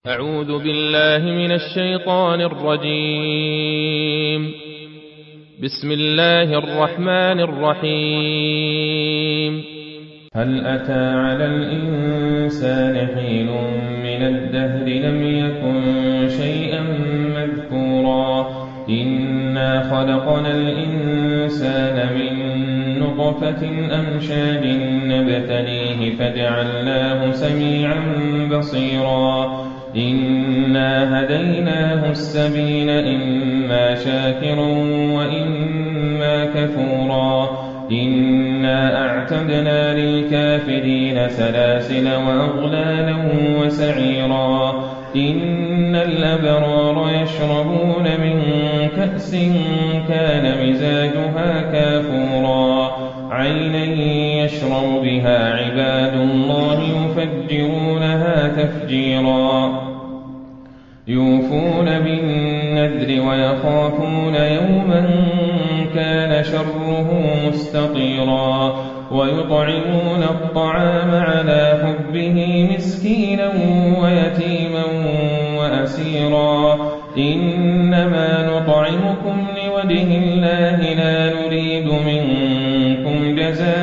أعوذ بالله من الشيطان الرجيم. بسم الله الرحمن الرحيم. هل أتى على الإنسان حين من الدهر لم يكن شيئا مذكورا إنا خلقنا الإنسان من نطفة أمشاج نبتليه فجعلناه سميعا بصيرا إنا هديناه السبيل إما شاكرا وإما كفورا إنا أعتدنا للكافرين سلاسل وأغلالا وسعيرا إن الأبرار يشربون من كأس كان مزاجها كافورا عينا يشرب بها عباد الله يفجرونها تفجيرا يوفون بالنذر ويخافون يوما كان شره مستطيرا ويطعمون الطعام على حبه مسكينا ويتيما وأسيرا إنما نطعمكم لوجه الله لا نريد منكم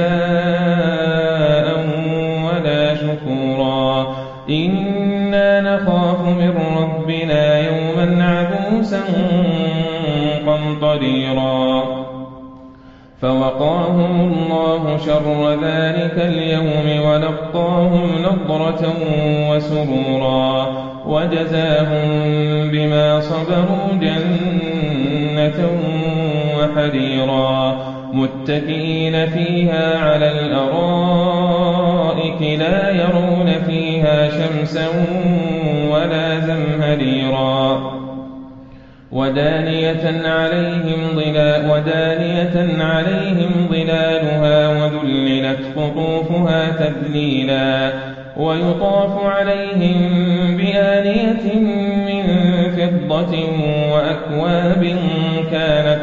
جزاء ولا شكورا إنا نخاف من ربنا يوما عبوسا قمطريرا فوقاهم الله شر ذلك اليوم ولقاهم نضرة وسرورا وجزاهم بما صبروا جنة وحريرا متكئين فيها على الأرائك لا يرون فيها شمسا ولا زمهريرا ودانية عليهم ظلالها وذللت قطوفها تذليلا ويطاف عليهم بآنية من فضة وأكواب كانت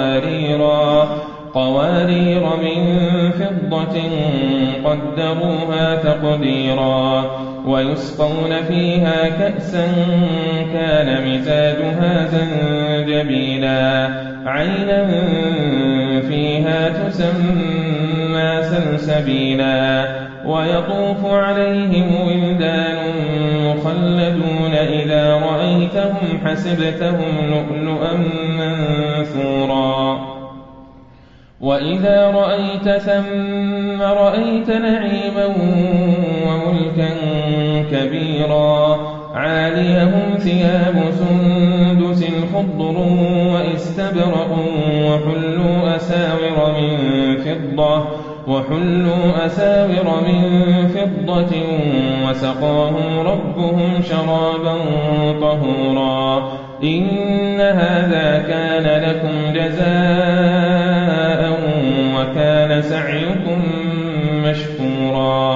قوارير من فضة قدروها تقديرا ويسقون فيها كأسا كان مزاجها زنجبيلا عينا فيها تسمى سلسبيلا ويطوف عليهم ولدان مخلدون إذا رأيتهم حسبتهم لؤلؤا منثورا وإذا رأيت ثم رأيت نعيما وملكا كبيرا عاليهم ثياب سندس خضر واستبرق وحلوا أساور من فضة وسقاهم ربهم شرابا طهورا إن هذا كان لكم جزاء وكان سعيكم مشكورا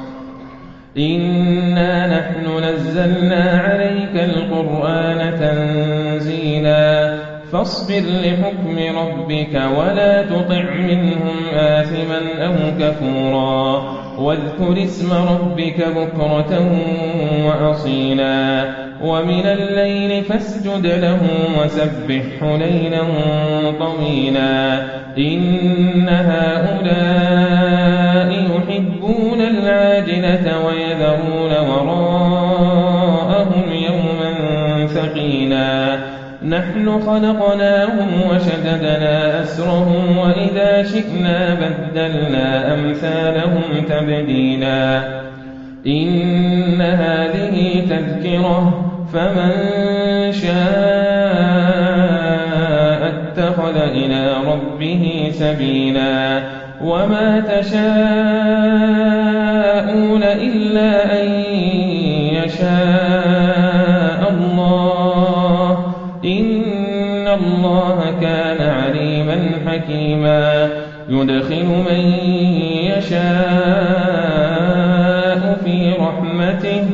إنا نحن نزلنا عليك القرآن تنزيلا فاصبر لحكم ربك ولا تطع منهم آثما أو كفورا واذكر اسم ربك بكرة وأصيلا ومن الليل فاسجد له وسبحه ليلا طويلا إن هؤلاء يحبون العاجلة ويذرون وراءهم يوما ثقيلا نحن خلقناهم وشددنا أسرهم وإذا شئنا بدلنا أمثالهم تبديلا إن هذه تذكرة فمن شاء اتخذ إلى ربه سبيلا وما تشاءون إلا أن يشاء الله إن الله كان عليما حكيما يدخل من يشاء في رحمته